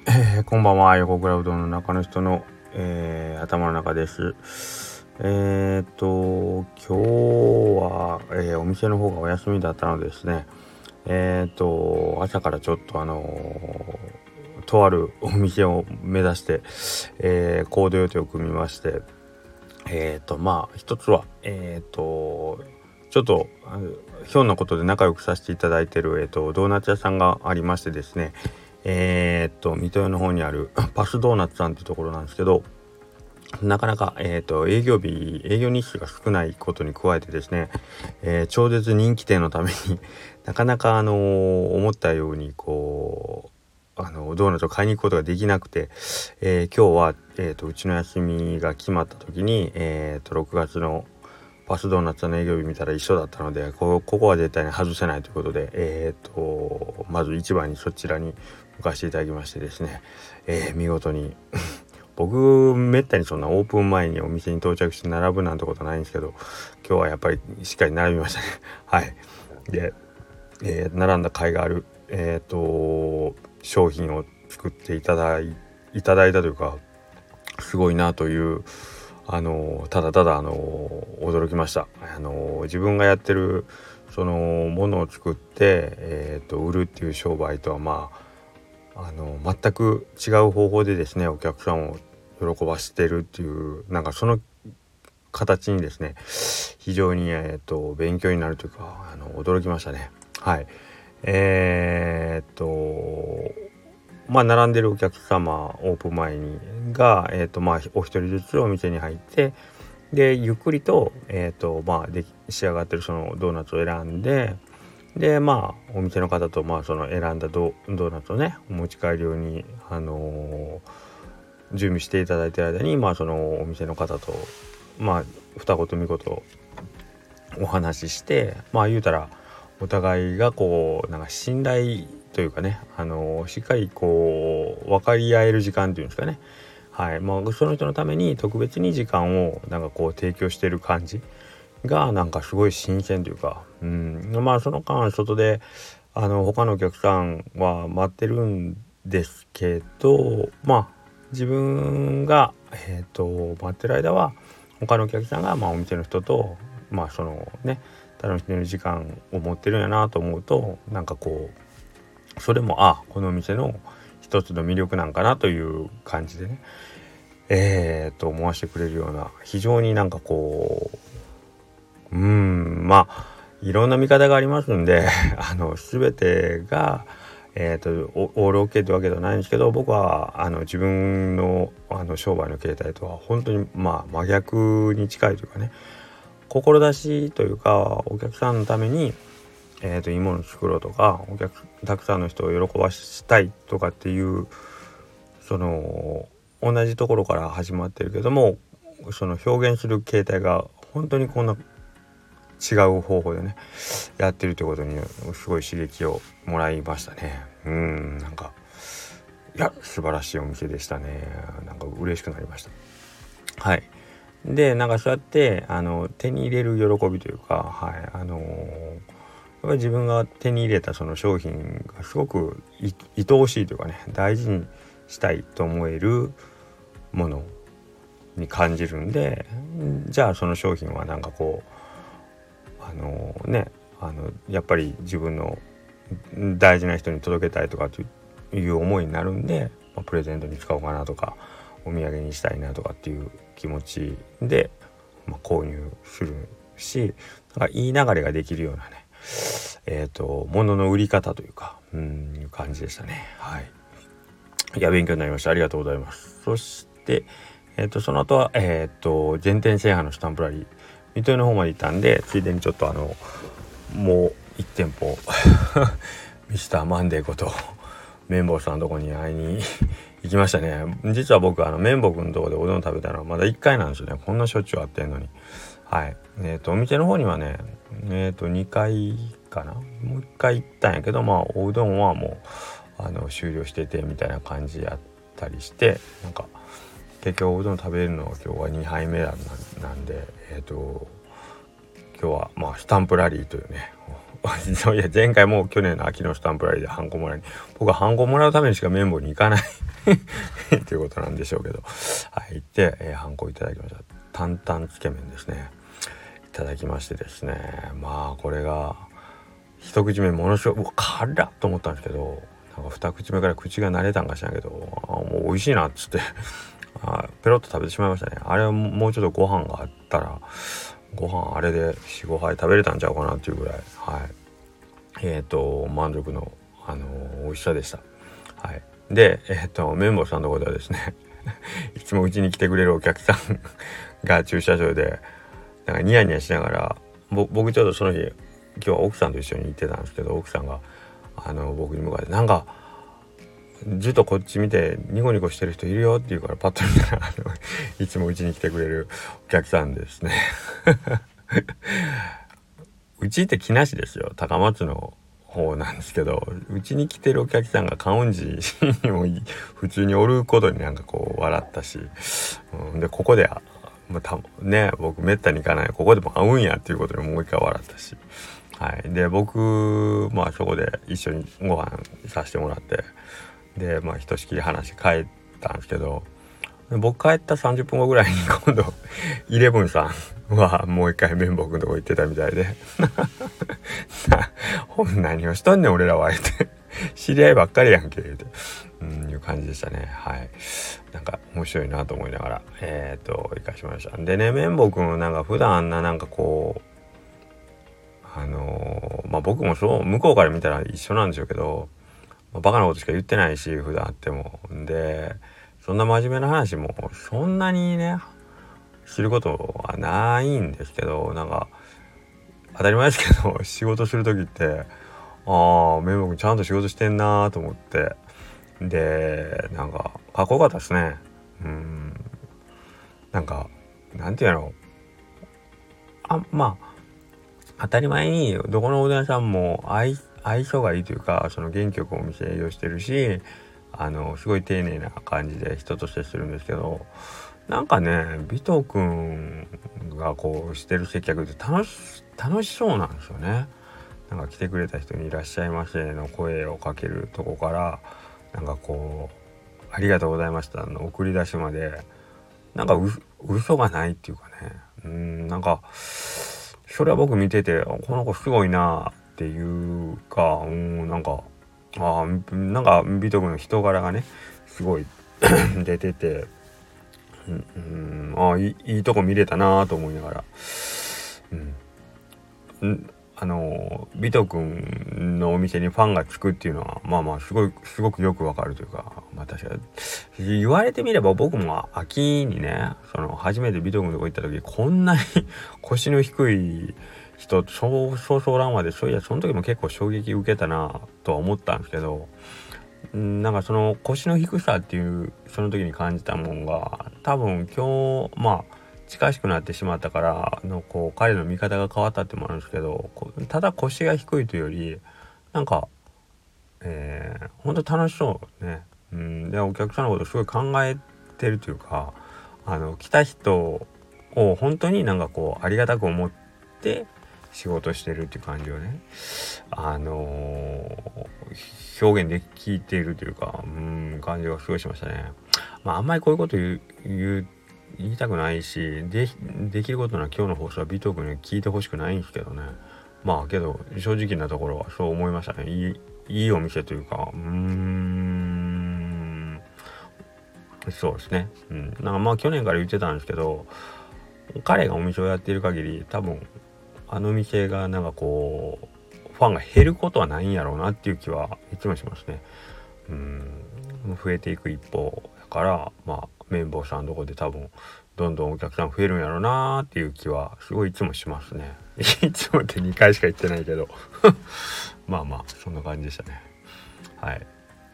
こんばんは。横倉うどんの中の人の、頭の中です。今日は、お店の方がお休みだったのでですね、朝からちょっととあるお店を目指して、行動予定を組みまして、一つは、ちょっとひょんなことで仲良くさせていただいている、ドーナツ屋さんがありましてですね、水戸の方にあるパスドーナツさんっていうところなんですけど、なかなか、営業日数が少ないことに加えてですね、超絶人気店のためになかなか思ったようにドーナツを買いに行くことができなくて、今日は、うちの休みが決まった時に、6月のパスドーナツの営業日見たら一緒だったので、ここは絶対に外せないということで、まず一番にそちらに向かせていただきましてですね、見事に僕めったにそんなオープン前にお店に到着して並ぶなんてことないんですけど、今日はやっぱりしっかり並びましたね。はい。で、並んだ甲斐がある、商品を作っていただいたというか、すごいなというただただ驚きました。自分がやってるそのものを作って、売るっていう商売とは全く違う方法でですね、お客さんを喜ばしてるっていう、なんかその形にですね、非常に勉強になるというか驚きましたね。はい。並んでるお客様オープン前にが、お一人ずつお店に入って、でゆっくりと、仕上がってるそのドーナツを選んで、でお店の方とその選んだドーナツをねお持ち帰るように、準備していただいている間にそのお店の方と二言三言お話しして、言うたらお互いがなんか信頼というかね、しっかり分かり合える時間っていうんですかね。はい。その人のために特別に時間を提供してる感じがすごい新鮮というか、その間外で他のお客さんは待ってるんですけど、自分が待ってる間は他のお客さんがお店の人とそのね楽しんでる時間を持ってるんやなと思うと、それもこのお店の一つの魅力なんかなという感じでね、思わせてくれるような、非常にいろんな見方がありますんで全てがオールオッケーってわけではないんですけど、僕は自分の商売の形態とは本当に真逆に近いというかね、志というかお客さんのためにいいものを作ろうとか、たくさんの人を喜ばしたいとかっていうその同じところから始まってるけども、その表現する形態が本当にこんな違う方法でねやってるということにすごい刺激をもらいましたね。いや素晴らしいお店でしたね。嬉しくなりました。はい。でそうやって手に入れる喜びというか、はい、やっぱり自分が手に入れたその商品がすごく愛おしいというかね、大事にしたいと思えるものに感じるんで、じゃあその商品はやっぱり自分の大事な人に届けたいとかという思いになるんで、プレゼントに使おうかなとかお土産にしたいなとかっていう気持ちで、購入するし、いい流れができるようなね物の売り方というかいう感じでしたね。はい。いや勉強になりました。ありがとうございます。そしてその後は全店制覇のスタンプラリー水戸の方まで行ったんで、ついでにちょっともう1店舗ミスターマンデーこと綿棒さんのとこに会いに行きましたね。実は僕綿棒くんのとこでおでん食べたのはまだ1回なんですよね。こんなしょっちゅう会ってんのに。はい。お店の方にはね2回かな、もう1回行ったんやけど、おうどんはもう終了しててみたいな感じやったりして、結局おうどん食べるのは今日は2杯目なんで、今日はスタンプラリーというねいや前回も去年の秋のスタンプラリーでハンコもらいに、僕はハンコもらうためにしか綿棒に行かないということなんでしょうけど、はい、行って、ハンコいただきました。担々つけ麺ですね、いただきましてですね、まあこれが一口目ものすごく辛っと思ったんですけど、なんか二口目から口が慣れたんかしらんけど、もう美味しいなっつってペロッと食べてしまいましたね。あれはもうちょっとご飯があったら、ご飯あれで 4,5 杯食べれたんちゃうかなっていうぐらい、はい、満足の、美味しさでした。はい。で、綿棒さんのところではですねいつもうちに来てくれるお客さんが駐車場でなんかニヤニヤしながら、僕ちょっとその日今日は奥さんと一緒に行ってたんですけど、奥さんが僕に向かってなんかずっとこっち見てニコニコしてる人いるよって言うから、パッと見たらいつもうちに来てくれるお客さんですねうちって木梨ですよ、高松の方なんですけど、うちに来てるお客さんが観音寺にも普通におることになんかこう笑ったし、でここでね、僕めったに行かない、ここでも会うんやっていうことでもう一回笑ったし、はい。で僕そこで一緒にご飯させてもらって、でひとしきり話して帰ったんですけど、僕帰った30分後ぐらいに今度イレブンさんはもう一回綿棒くんのとこ行ってたみたいで何をしとんねん俺らはって知り合いばっかりやんけっていう感じでしたね。はい。なんか面白いなと思いながら行かしました。でね、綿棒くんなんか普段あんななんかこう僕もそう向こうから見たら一緒なんでしょうけど、バカなことしか言ってないし普段あっても、でそんな真面目な話もそんなにね知ることはないんですけど、なんか当たり前ですけど仕事する時って綿棒くんちゃんと仕事してんなと思って、でなんかかっこよかったですね。なんかなんていうの、当たり前にどこのおでん屋さんも相性がいいというか、その元気よくお店営業してるし、すごい丁寧な感じで人と接するんですけど、なんかね尾藤くんがこうしてる接客って楽しそうなんですよね。なんか来てくれた人にいらっしゃいませの声をかけるとこから、なんかこうありがとうございましたの送り出しまで、なんか嘘がないっていうかね、なんかそれは僕見ててこの子すごいなっていうか、なんかなんか美徳の人柄がねすごい出てて、いいとこ見れたなと思いながら、美徳くんのお店にファンがつくっていうのはすごくよくわかるというか、確かに言われてみれば僕も秋にね初めて美徳くんのとこ行った時こんなに腰の低い人そうらんわで、その時も結構衝撃受けたなとは思ったんですけど、なんかその腰の低さっていうその時に感じたもんが多分今日近しくなってしまったからこう彼の見方が変わったってもあるんですけど、ただ腰が低いというよりなんか本当楽しそうね。でお客さんのことすごい考えてるというか、来た人を本当になんかこうありがたく思って仕事してるっていう感じをね表現できているというか感じがすごいしましたね。あんまりこういうこと言いたくないし、できることなら今日の放送は美藤君に聞いてほしくないんですけどね。けど正直なところはそう思いましたね。いいお店というかそうですね。なんか去年から言ってたんですけど、彼がお店をやっている限り多分あの店がなんかこうファンが減ることはないんやろうなっていう気はいつもしますね。増えていく一方だから綿棒さんのとこで多分どんどんお客さん増えるんやろうなっていう気はすごいいつもしますね。いつもって2回しか言ってないけどそんな感じでしたね。はい。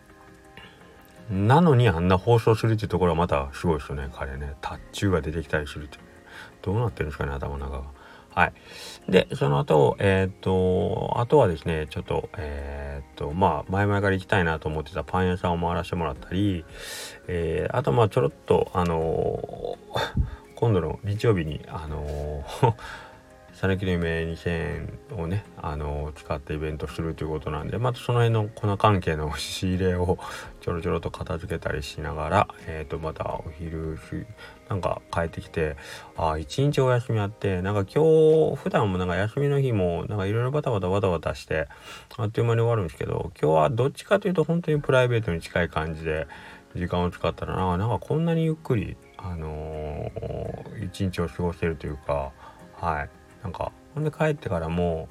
なのにあんな放送するっていうところはまたすごいですよね。彼ね、タッチューが出てきたりするって、どうなってるんですかね、頭の中が。はい。でその後あとはですねちょっと前々から行きたいなと思ってたパン屋さんを回らせてもらったり、あとちょろっと今度の日曜日にさぬきの夢2000をね使ってイベントするということなんで、またその辺の粉関係の仕入れをちょろちょろと片付けたりしながら、またお昼なんか帰ってきて、一日お休みあって、なんか今日普段もなんか休みの日もなんかいろいろバタバタしてあっという間に終わるんですけど、今日はどっちかというと本当にプライベートに近い感じで時間を使ったらなんかこんなにゆっくり一日を過ごせるというか、なんかほんで帰ってからも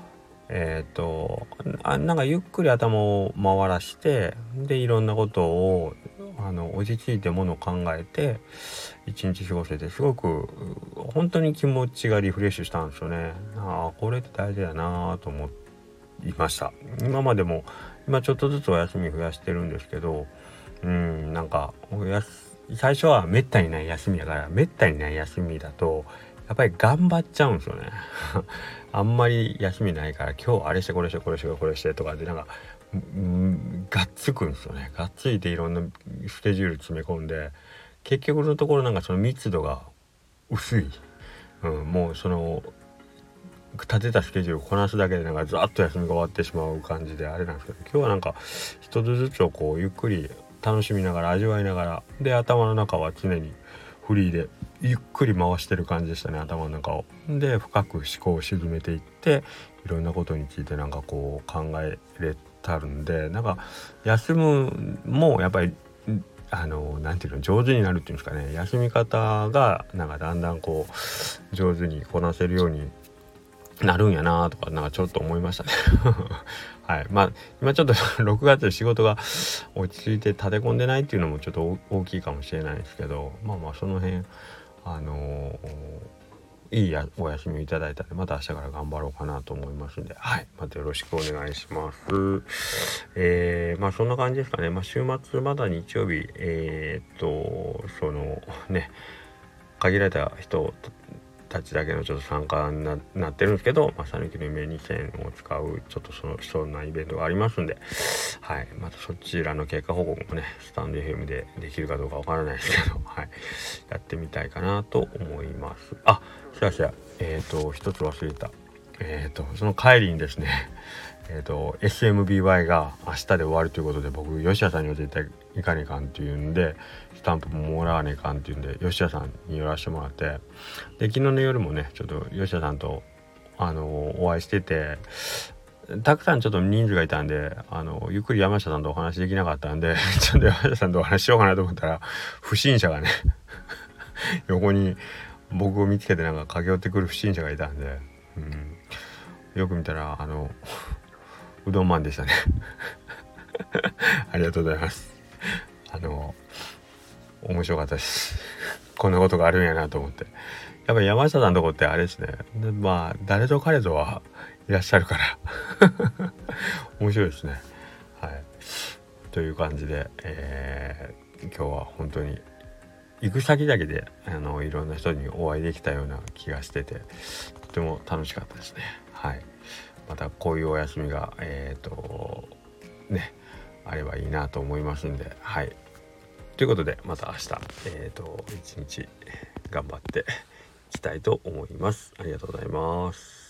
なんかゆっくり頭を回らしてでいろんなことを落ち着いてものを考えて一日過ごせて、すごく本当に気持ちがリフレッシュしたんですよね。これって大事だなと思いました。今までも今ちょっとずつお休み増やしてるんですけど、なんか最初はめったにない休みだから、めったにない休みだとやっぱり頑張っちゃうんですよねあんまり休みないから今日あれしてこれしてこれしてこれしてとかでなんかがっつくんですよね。がっついていろんなスケジュール詰め込んで、結局のところなんかその密度が薄い、もうその立てたスケジュールをこなすだけでなんかざっと休みが終わってしまう感じであれなんですけど、今日はなんか一つずつをこうゆっくり楽しみながら味わいながらで、頭の中は常にフリーでゆっくり回してる感じでしたね、頭の中を。で深く思考を沈めていっていろんなことについてなんかこう考えれたるんで、なんか休むもやっぱりなんていうの上手になるっていうんですかね、休み方がなんかだんだんこう上手にこなせるようになるんやなとかなんかちょっと思いましたね今ちょっと6月で仕事が落ち着いて立て込んでないっていうのもちょっと大きいかもしれないですけど、その辺いいお休みをいただいたのでまた明日から頑張ろうかなと思いますので、またよろしくお願いします。そんな感じですかね。週末まだ日曜日そのね限られた人たちだけのちょっと参加に なってるんですけど、さぬきの夢2000を使うちょっとそんなイベントがありますんで、またそちらの結果報告もねスタンド FM でできるかどうかわからないですけど、やってみたいかなと思います。一つ忘れた。その帰りにですねSMBY が明日で終わるということで、僕吉谷さんには絶対行かねえかんっていうんでスタンプももらわねえかんっていうんで吉谷さんに寄らせてもらって、で昨日の夜もねちょっと吉谷さんとお会いしてて、たくさんちょっと人数がいたんでゆっくり山下さんとお話できなかったんでちょっと山下さんとお話しようかなと思ったら不審者がね横に僕を見つけてなんか駆け寄ってくる不審者がいたんで、よく見たらうどんマンでしたねありがとうございます。面白かったですこんなことがあるんやなと思って。やっぱり山下さんのとこってあれですね、で誰と彼とはいらっしゃるから面白いですね。という感じで、今日は本当に行く先だけでいろんな人にお会いできたような気がしててとても楽しかったですね。またこういうお休みがあればいいなと思いますんで、ということでまた明日一日頑張っていきたいと思います。ありがとうございます。